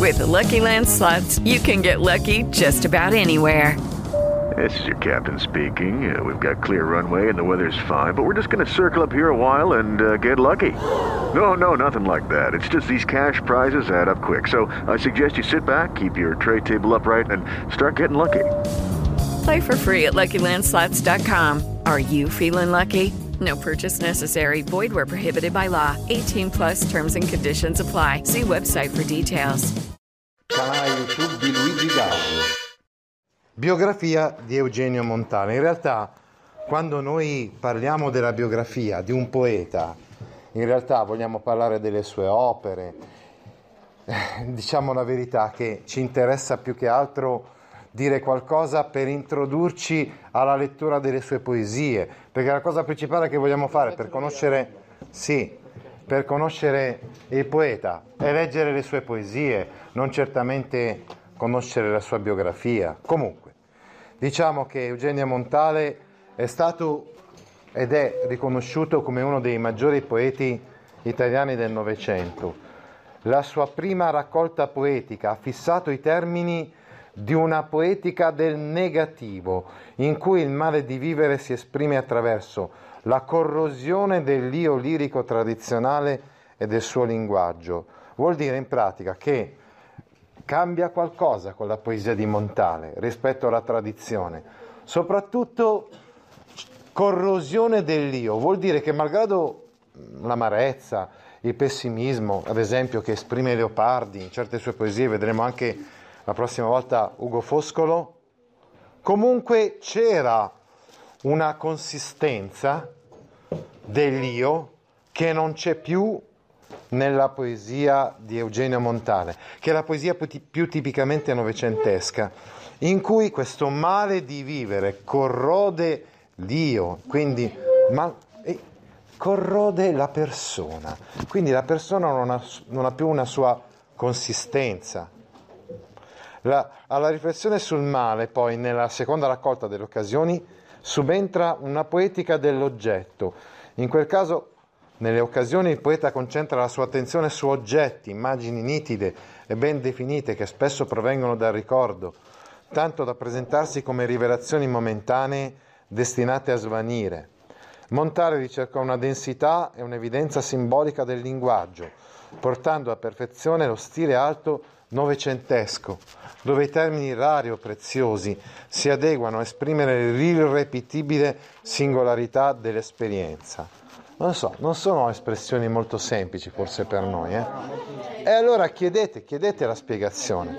With the Lucky Land Slots, you can get lucky just about anywhere. This is your captain speaking. We've got clear runway and the weather's fine, but we're just going to circle up here a while and get lucky. No, nothing like that. It's just these cash prizes add up quick. So I suggest you sit back, keep your tray table upright, and start getting lucky. Play for free at LuckyLandSlots.com. Are you feeling lucky? No purchase necessary. Void where prohibited by law. 18 plus terms and conditions apply. See website for details. Canale YouTube di Luigi Gaudio. Biografia di Eugenio Montale. In realtà, quando noi parliamo della biografia di un poeta, in realtà vogliamo parlare delle sue opere. Diciamo la verità che ci interessa più che altro dire qualcosa per introdurci alla lettura delle sue poesie, perché la cosa principale che vogliamo fare per conoscere il poeta è leggere le sue poesie, non certamente conoscere la sua biografia. Comunque, diciamo che Eugenio Montale è stato ed è riconosciuto come uno dei maggiori poeti italiani del Novecento. La sua prima raccolta poetica ha fissato i termini di una poetica del negativo, in cui il male di vivere si esprime attraverso la corrosione dell'io lirico tradizionale e del suo linguaggio. Vuol dire in pratica che cambia qualcosa con la poesia di Montale rispetto alla tradizione, soprattutto corrosione dell'io, vuol dire che malgrado l'amarezza, il pessimismo, ad esempio, che esprime Leopardi in certe sue poesie, vedremo anche la prossima volta Ugo Foscolo, comunque c'era una consistenza dell'io che non c'è più nella poesia di Eugenio Montale, che è la poesia più tipicamente novecentesca, in cui questo male di vivere corrode l'io, quindi corrode la persona, quindi la persona non ha più una sua consistenza. Alla riflessione sul male, poi, nella seconda raccolta delle occasioni, subentra una poetica dell'oggetto. In quel caso, nelle occasioni, il poeta concentra la sua attenzione su oggetti, immagini nitide e ben definite che spesso provengono dal ricordo, tanto da presentarsi come rivelazioni momentanee destinate a svanire. Montale ricercò una densità e un'evidenza simbolica del linguaggio, portando a perfezione lo stile alto novecentesco, dove i termini rari o preziosi si adeguano a esprimere l'irrepetibile singolarità dell'esperienza. Non so, non sono espressioni molto semplici forse per noi, E allora chiedete la spiegazione.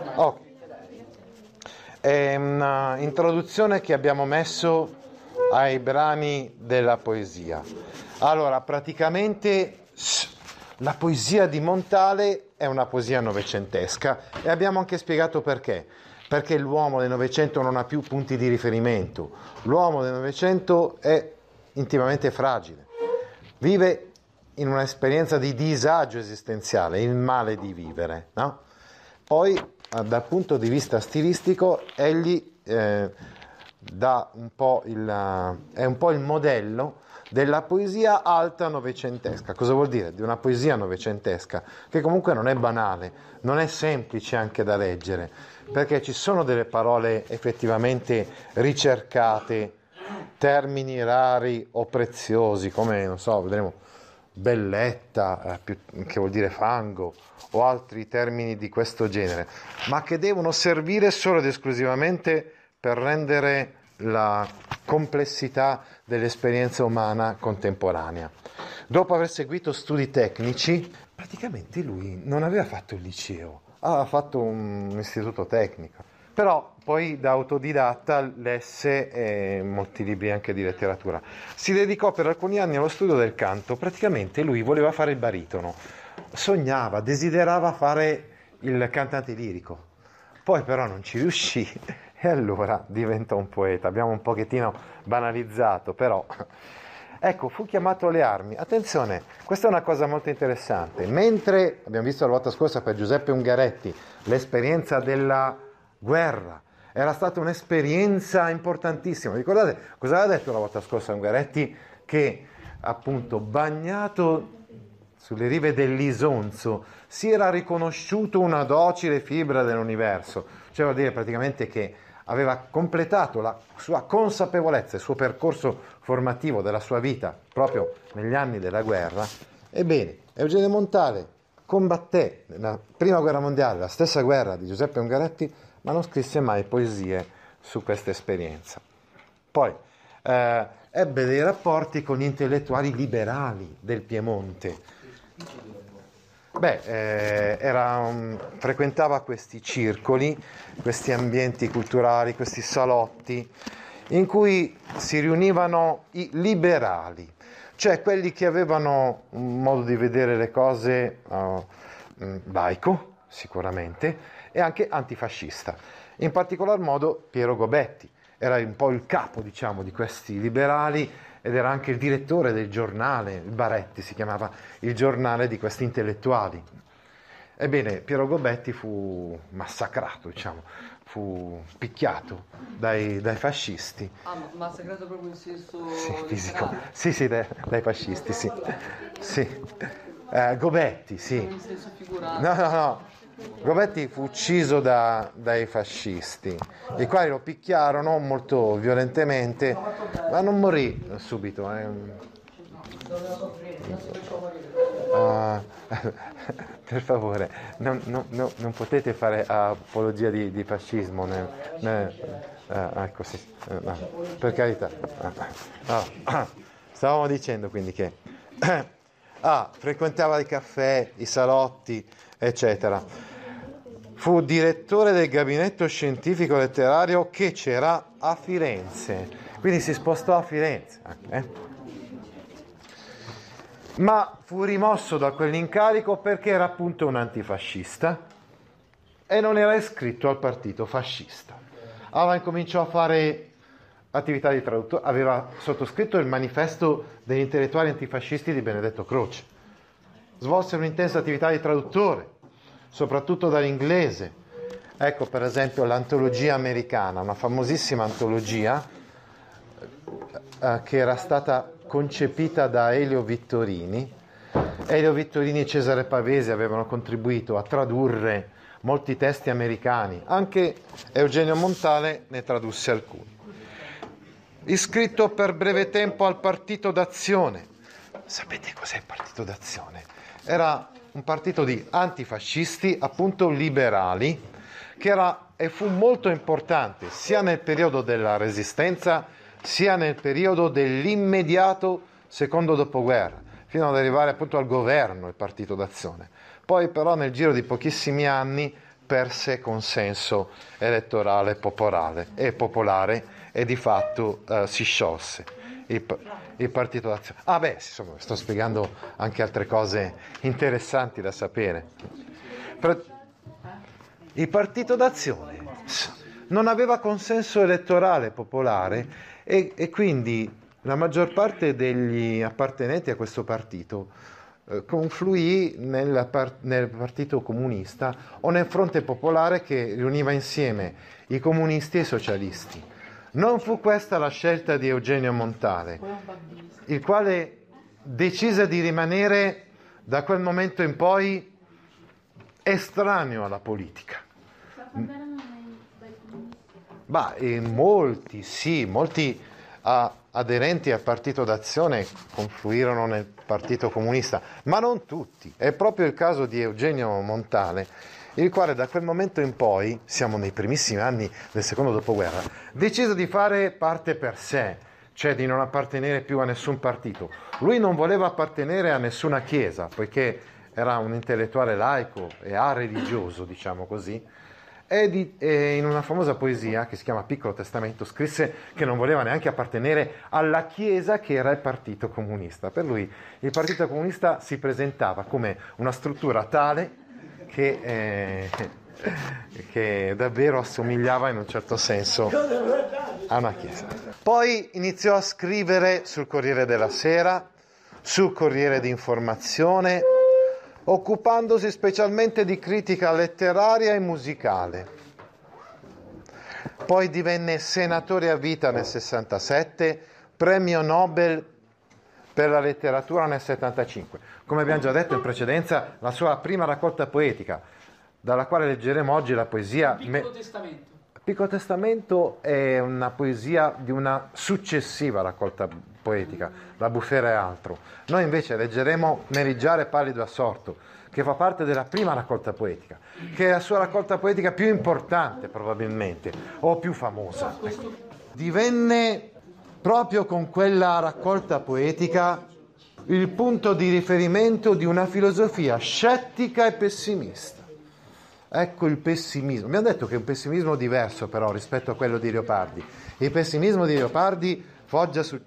È una introduzione che abbiamo messo ai brani della poesia. Allora, praticamente la poesia di Montale è una poesia novecentesca e abbiamo anche spiegato perché. Perché l'uomo del Novecento non ha più punti di riferimento. L'uomo del Novecento è intimamente fragile. Vive in un'esperienza di disagio esistenziale, il male di vivere, no? Poi, dal punto di vista stilistico, egli dà è un po' il modello della poesia alta novecentesca. Cosa vuol dire? Di una poesia novecentesca che comunque non è banale, non è semplice anche da leggere, perché ci sono delle parole effettivamente ricercate, termini rari o preziosi, come, non so, vedremo belletta, che vuol dire fango, o altri termini di questo genere, ma che devono servire solo ed esclusivamente per rendere la complessità dell'esperienza umana contemporanea. Dopo aver seguito studi tecnici, praticamente lui non aveva fatto il liceo, aveva fatto un istituto tecnico, però poi da autodidatta lesse molti libri anche di letteratura. Si dedicò per alcuni anni allo studio del canto. Praticamente lui voleva fare il baritono, sognava, desiderava fare il cantante lirico, poi però non ci riuscì e allora diventò un poeta. Abbiamo un pochettino banalizzato, però ecco, fu chiamato alle armi. Attenzione, questa è una cosa molto interessante. Mentre abbiamo visto la volta scorsa per Giuseppe Ungaretti l'esperienza della guerra, era stata un'esperienza importantissima. Ricordate cosa aveva detto la volta scorsa Ungaretti? Che appunto bagnato sulle rive dell'Isonzo, si era riconosciuto una docile fibra dell'universo, cioè vuol dire praticamente che aveva completato la sua consapevolezza, il suo percorso formativo della sua vita proprio negli anni della guerra. Ebbene, Eugenio Montale combatté nella prima guerra mondiale la stessa guerra di Giuseppe Ungaretti, ma non scrisse mai poesie su questa esperienza. Poi ebbe dei rapporti con gli intellettuali liberali del Piemonte. Frequentava questi circoli, questi ambienti culturali, questi salotti in cui si riunivano i liberali, cioè quelli che avevano un modo di vedere le cose laico, sicuramente, e anche antifascista. In particolar modo Piero Gobetti era un po' il capo, diciamo, di questi liberali ed era anche il direttore del giornale, il Baretti si chiamava, il giornale di questi intellettuali. Ebbene, Piero Gobetti fu massacrato, diciamo, fu picchiato dai fascisti. Massacrato proprio in senso fisico. Sì, dai fascisti, sì. Gobetti, sì. In senso figurato. No. Gobetti fu ucciso dai fascisti, i quali lo picchiarono molto violentemente, ma non morì subito. Per favore, non potete fare apologia di fascismo, ecco, sì, no, per carità. Stavamo dicendo quindi che frequentava i caffè, i salotti, eccetera. Fu direttore del gabinetto scientifico letterario che c'era a Firenze, quindi si spostò a Firenze. Ma fu rimosso da quell'incarico perché era appunto un antifascista e non era iscritto al partito fascista. Allora incominciò a fare attività di traduttore, aveva sottoscritto il manifesto degli intellettuali antifascisti di Benedetto Croce. Svolse un'intensa attività di traduttore, soprattutto dall'inglese. Ecco per esempio l'antologia americana, una famosissima antologia che era stata concepita da Elio Vittorini. Elio Vittorini e Cesare Pavesi avevano contribuito a tradurre molti testi americani, anche Eugenio Montale ne tradusse alcuni. Iscritto per breve tempo al Partito d'Azione. Sapete cos'è il Partito d'Azione? Era un partito di antifascisti, appunto liberali, che era e fu molto importante sia nel periodo della Resistenza sia nel periodo dell'immediato secondo dopoguerra, fino ad arrivare appunto al governo il Partito d'Azione. Poi però nel giro di pochissimi anni perse consenso elettorale popolare e di fatto si sciolse il Partito d'Azione. Insomma, sto spiegando anche altre cose interessanti da sapere. Il Partito d'Azione non aveva consenso elettorale popolare e quindi la maggior parte degli appartenenti a questo partito confluì nel Partito Comunista o nel Fronte Popolare che riuniva insieme i comunisti e i socialisti. Non fu questa la scelta di Eugenio Montale, il quale decise di rimanere da quel momento in poi estraneo alla politica. Molti aderenti al Partito d'Azione confluirono nel Partito Comunista, ma non tutti. È proprio il caso di Eugenio Montale, il quale da quel momento in poi, siamo nei primissimi anni del secondo dopoguerra, decise di fare parte per sé, cioè di non appartenere più a nessun partito. Lui non voleva appartenere a nessuna chiesa, poiché era un intellettuale laico e religioso, diciamo così, e in una famosa poesia che si chiama Piccolo Testamento scrisse che non voleva neanche appartenere alla chiesa che era il Partito Comunista. Per lui il Partito Comunista si presentava come una struttura tale che davvero assomigliava in un certo senso a una chiesa. Poi iniziò a scrivere sul Corriere della Sera, sul Corriere d'Informazione, occupandosi specialmente di critica letteraria e musicale. Poi divenne senatore a vita nel 67, premio Nobel per la letteratura nel 75. Come abbiamo già detto in precedenza, la sua prima raccolta poetica, dalla quale leggeremo oggi la poesia... Piccolo Testamento. Piccolo Testamento è una poesia di una successiva raccolta poetica, La bufera e altro. Noi invece leggeremo Meriggiare pallido assorto, che fa parte della prima raccolta poetica, che è la sua raccolta poetica più importante probabilmente, o più famosa. Divenne proprio con quella raccolta poetica il punto di riferimento di una filosofia scettica e pessimista. Ecco il pessimismo. Abbiamo detto che è un pessimismo diverso però rispetto a quello di Leopardi. Il pessimismo di Leopardi poggia su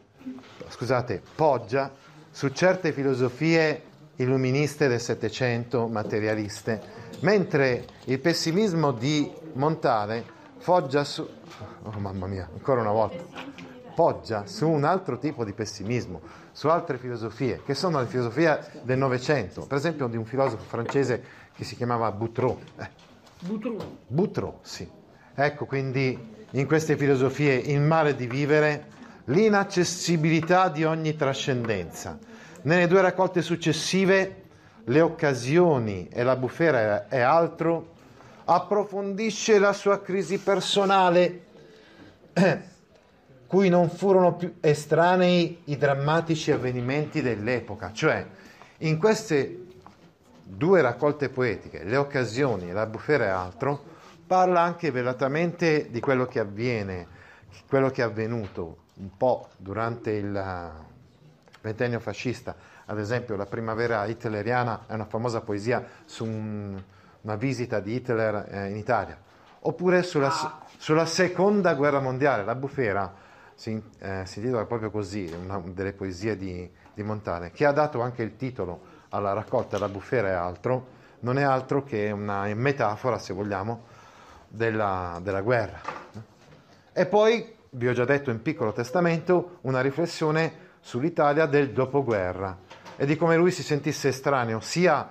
certe filosofie illuministe del Settecento, materialiste, mentre il pessimismo di Montale poggia su un altro tipo di pessimismo, su altre filosofie, che sono le filosofie del Novecento, per esempio di un filosofo francese che si chiamava Boutreau, sì. Ecco, quindi in queste filosofie il male di vivere, l'inaccessibilità di ogni trascendenza. Nelle due raccolte successive, Le occasioni e La bufera e altro, approfondisce la sua crisi personale, cui non furono più estranei i drammatici avvenimenti dell'epoca. Cioè, in queste due raccolte poetiche, Le occasioni e La bufera e altro, parla anche velatamente di quello che avviene, quello che è avvenuto un po' durante il ventennio fascista. Ad esempio, La primavera hitleriana è una famosa poesia su una visita di Hitler in Italia. Oppure sulla seconda guerra mondiale. La bufera si intitola proprio così, una delle poesie di Montale, che ha dato anche il titolo alla raccolta La bufera e altro. Non è altro che una metafora, se vogliamo, della guerra. E poi, vi ho già detto in Piccolo Testamento, una riflessione sull'Italia del dopoguerra e di come lui si sentisse estraneo sia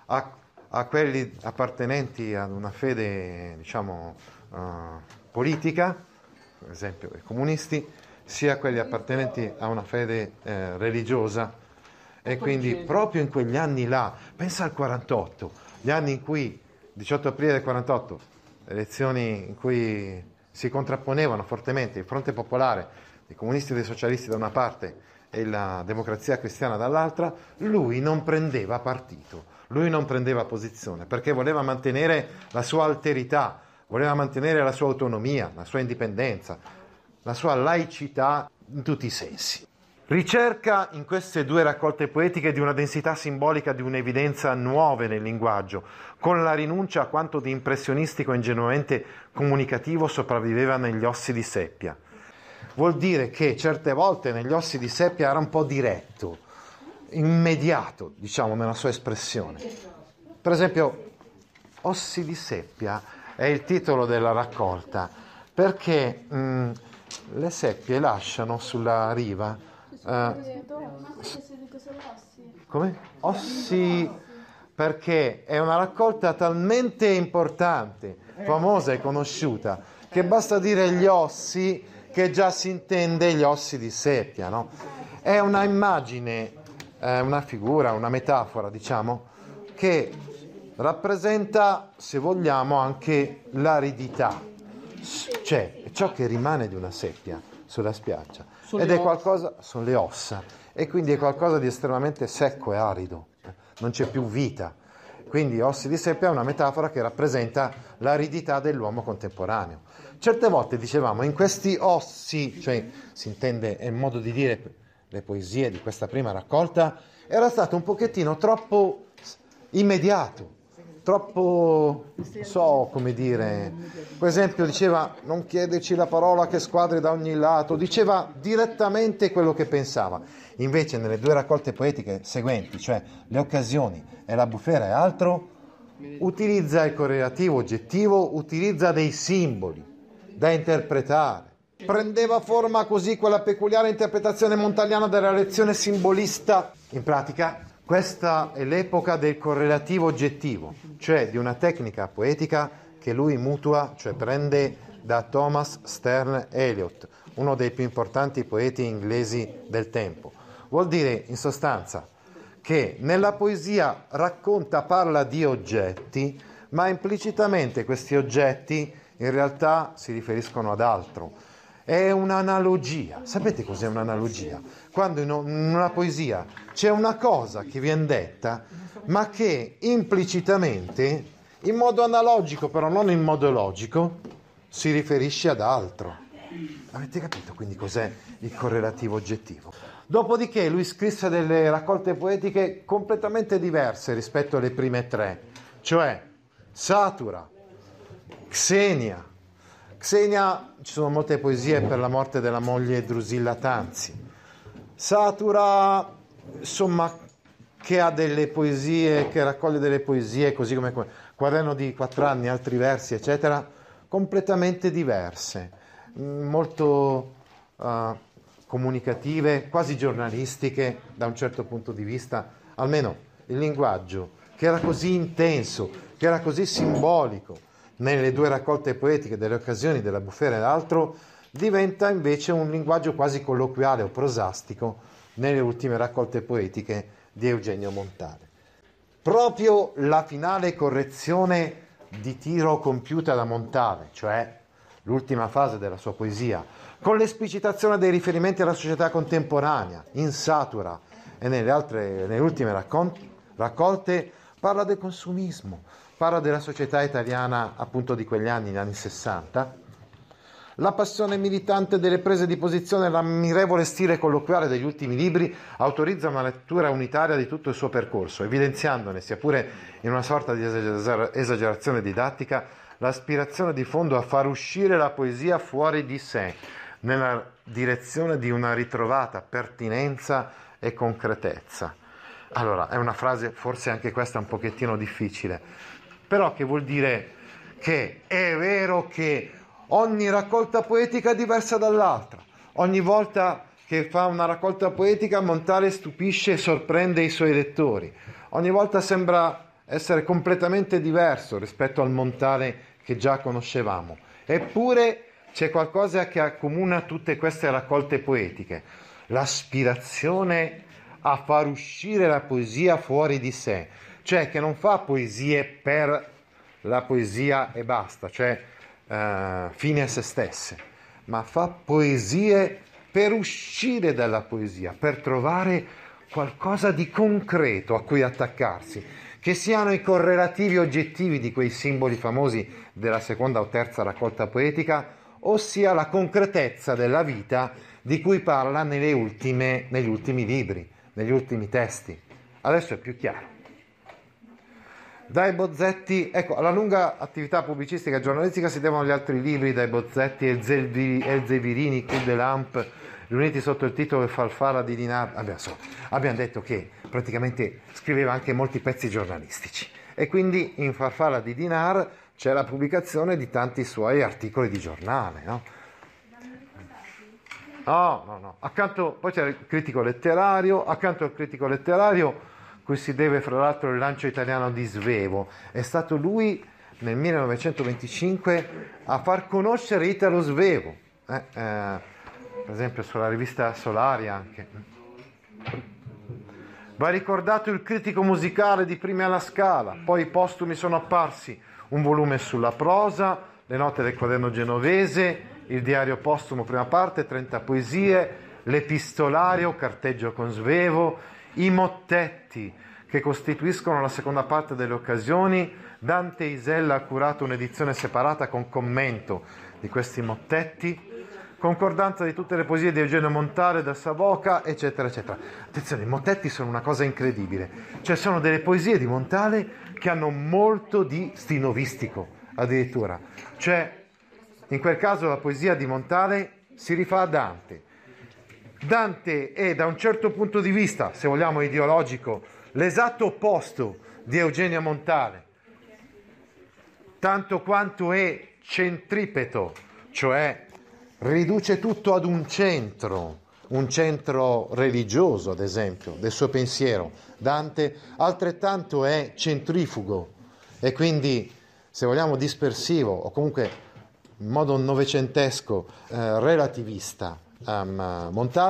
a quelli appartenenti ad una fede, diciamo, politica, per esempio i comunisti, sia a quelli appartenenti a una fede religiosa. E quindi proprio in quegli anni là, pensa al 48, gli anni in cui, 18 aprile del 48, elezioni in cui si contrapponevano fortemente il Fronte Popolare, i comunisti e i socialisti da una parte e la Democrazia Cristiana dall'altra, lui non prendeva partito, lui non prendeva posizione, perché voleva mantenere la sua alterità, voleva mantenere la sua autonomia, la sua indipendenza, la sua laicità in tutti i sensi. Ricerca in queste due raccolte poetiche di una densità simbolica, di un'evidenza nuove nel linguaggio, con la rinuncia a quanto di impressionistico e ingenuamente comunicativo sopravviveva negli Ossi di Seppia. Vuol dire che certe volte negli Ossi di Seppia era un po' diretto, immediato, diciamo, nella sua espressione. Per esempio, Ossi di Seppia è il titolo della raccolta, perché le seppie lasciano sulla riva come? Ossi, perché è una raccolta talmente importante, famosa e conosciuta, che basta dire gli ossi che già si intende gli ossi di seppia, no? È una immagine, una figura, una metafora, diciamo, che rappresenta, se vogliamo, anche l'aridità, cioè ciò che rimane di una seppia sulla spiaggia. Ed è qualcosa, sono le ossa, e quindi è qualcosa di estremamente secco e arido, non c'è più vita. Quindi Ossi di Seppia è una metafora che rappresenta l'aridità dell'uomo contemporaneo. Certe volte dicevamo, in questi ossi, cioè si intende, è il modo di dire le poesie di questa prima raccolta, era stato un pochettino troppo immediato, troppo, non so come dire, per esempio diceva non chiederci la parola che squadri da ogni lato, diceva direttamente quello che pensava. Invece nelle due raccolte poetiche seguenti, cioè Le occasioni e La bufera e altro, utilizza il correlativo oggettivo, utilizza dei simboli da interpretare. Prendeva forma così quella peculiare interpretazione montaliana della lezione simbolista. In pratica questa è l'epoca del correlativo oggettivo, cioè di una tecnica poetica che lui mutua, cioè prende da Thomas Sterne Eliot, uno dei più importanti poeti inglesi del tempo. Vuol dire, in sostanza, che nella poesia parla di oggetti, ma implicitamente questi oggetti in realtà si riferiscono ad altro. È un'analogia. Sapete cos'è un'analogia? Quando in una poesia c'è una cosa che viene detta, ma che implicitamente, in modo analogico, però non in modo logico, si riferisce ad altro. Avete capito quindi cos'è il correlativo oggettivo? Dopodiché lui scrisse delle raccolte poetiche completamente diverse rispetto alle prime tre, cioè Satura, Xenia. Xenia, ci sono molte poesie per la morte della moglie Drusilla Tanzi. Satura, insomma, che ha delle poesie, che raccoglie delle poesie, così come Quaderno di 4 anni, altri versi, eccetera, completamente diverse, molto comunicative, quasi giornalistiche da un certo punto di vista, almeno il linguaggio, che era così intenso, che era così simbolico nelle due raccolte poetiche delle occasioni della bufera e l'altro, diventa invece un linguaggio quasi colloquiale o prosastico nelle ultime raccolte poetiche di Eugenio Montale. Proprio la finale correzione di tiro compiuta da Montale, cioè l'ultima fase della sua poesia, con l'esplicitazione dei riferimenti alla società contemporanea, in Satura e nelle ultime raccolte, parla del consumismo, parla della società italiana appunto di quegli anni, gli anni 60, la passione militante delle prese di posizione e l'ammirevole stile colloquiale degli ultimi libri autorizza una lettura unitaria di tutto il suo percorso, evidenziandone, sia pure in una sorta di esagerazione didattica, l'aspirazione di fondo a far uscire la poesia fuori di sé, nella direzione di una ritrovata pertinenza e concretezza. Allora, è una frase forse anche questa un pochettino difficile, però che vuol dire che è vero che ogni raccolta poetica è diversa dall'altra. Ogni volta che fa una raccolta poetica Montale stupisce e sorprende i suoi lettori. Ogni volta sembra essere completamente diverso rispetto al Montale che già conoscevamo. Eppure c'è qualcosa che accomuna tutte queste raccolte poetiche: l'aspirazione a far uscire la poesia fuori di sé, cioè che non fa poesie per la poesia e basta, cioè fine a se stesse, ma fa poesie per uscire dalla poesia, per trovare qualcosa di concreto a cui attaccarsi, che siano i correlativi oggettivi di quei simboli famosi della seconda o terza raccolta poetica, ossia la concretezza della vita di cui parla negli ultimi libri, negli ultimi testi. Adesso è più chiaro. Dai Bozzetti, ecco, alla lunga attività pubblicistica e giornalistica si devono gli altri libri, Dai Bozzetti e Elzevirini, Coup de Lampe, riuniti sotto il titolo Farfalla di Dinar. Abbiamo detto che praticamente scriveva anche molti pezzi giornalistici e quindi in Farfalla di Dinar c'è la pubblicazione di tanti suoi articoli di giornale, no? No. Poi c'è il critico letterario, accanto al critico letterario cui si deve fra l'altro il lancio italiano di Svevo. È stato lui nel 1925 a far conoscere Italo Svevo, per esempio sulla rivista Solari anche. Va ricordato il critico musicale di Primi alla Scala, poi postumi sono apparsi un volume sulla prosa, le note del quaderno genovese, il diario postumo prima parte, 30 poesie, l'epistolario, carteggio con Svevo, i mottetti che costituiscono la seconda parte delle occasioni. Dante Isella ha curato un'edizione separata con commento di questi mottetti, concordanza di tutte le poesie di Eugenio Montale da Savoca, eccetera, eccetera. Attenzione, i mottetti sono una cosa incredibile, cioè sono delle poesie di Montale che hanno molto di stinovistico addirittura, cioè in quel caso la poesia di Montale si rifà a Dante. Dante è da un certo punto di vista, se vogliamo ideologico, l'esatto opposto di Eugenio Montale, tanto quanto è centripeto, cioè riduce tutto ad un centro religioso, ad esempio, del suo pensiero. Dante altrettanto è centrifugo e quindi, se vogliamo, dispersivo o comunque in modo novecentesco relativista Montale,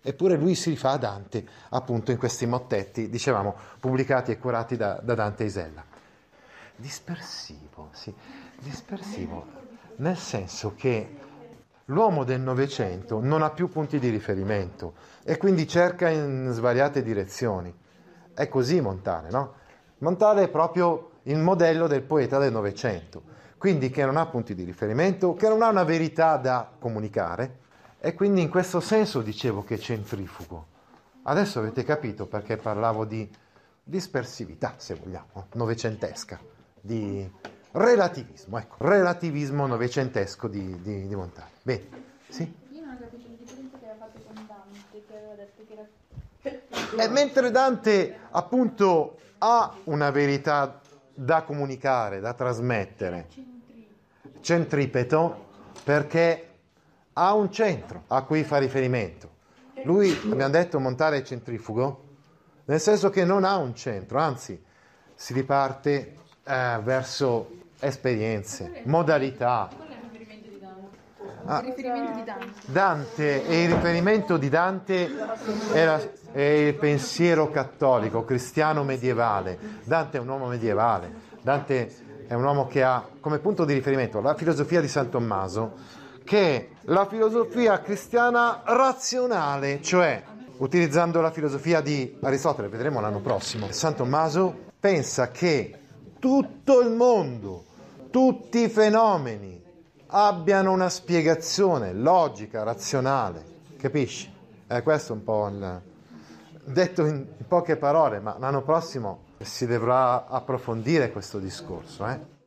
Eppure lui si rifà a Dante, appunto in questi mottetti, dicevamo, pubblicati e curati da Dante Isella. Dispersivo, sì, dispersivo, nel senso che l'uomo del Novecento non ha più punti di riferimento e quindi cerca in svariate direzioni. È così Montale, no? Montale è proprio il modello del poeta del Novecento, quindi che non ha punti di riferimento, che non ha una verità da comunicare, e quindi in questo senso dicevo che è centrifugo. Adesso avete capito perché parlavo di dispersività, se vogliamo, novecentesca, di relativismo, ecco, relativismo novecentesco di Montale. Bene, sì? Io non ho capito la differenza che aveva fatto con Dante, che aveva detto che era... E mentre Dante appunto ha una verità da comunicare, da trasmettere, centripeto, perché ha un centro a cui fa riferimento. Lui, abbiamo detto, Montale è centrifugo, nel senso che non ha un centro, anzi si riparte verso esperienze, modalità. Qual è il riferimento di Dante? Il riferimento di Dante. Dante, e il riferimento di Dante è il pensiero cattolico, cristiano medievale. Dante è un uomo medievale, Dante è un uomo che ha come punto di riferimento la filosofia di San Tommaso, che è la filosofia cristiana razionale, cioè, utilizzando la filosofia di Aristotele, vedremo l'anno prossimo, San Tommaso pensa che tutto il mondo, tutti i fenomeni abbiano una spiegazione logica, razionale, capisci? Questo è un po' detto in poche parole, ma l'anno prossimo si dovrà approfondire questo discorso.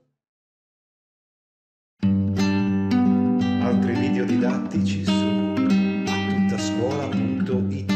Altri video didattici su attuttascuola.it.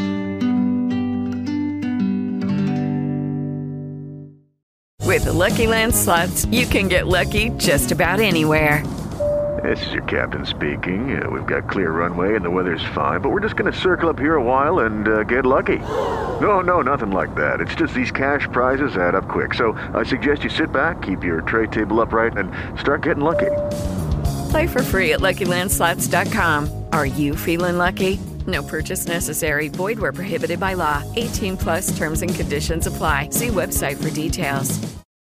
With the Lucky Land Slots, you can get lucky just about anywhere. This is your captain speaking. We've got clear runway and the weather's fine, but we're just going to circle up here a while and get lucky. No, nothing like that. It's just these cash prizes add up quick. So I suggest you sit back, keep your tray table upright, and start getting lucky. Play for free at LuckyLandSlots.com. Are you feeling lucky? No purchase necessary. Void where prohibited by law. 18+ terms and conditions apply. See website for details.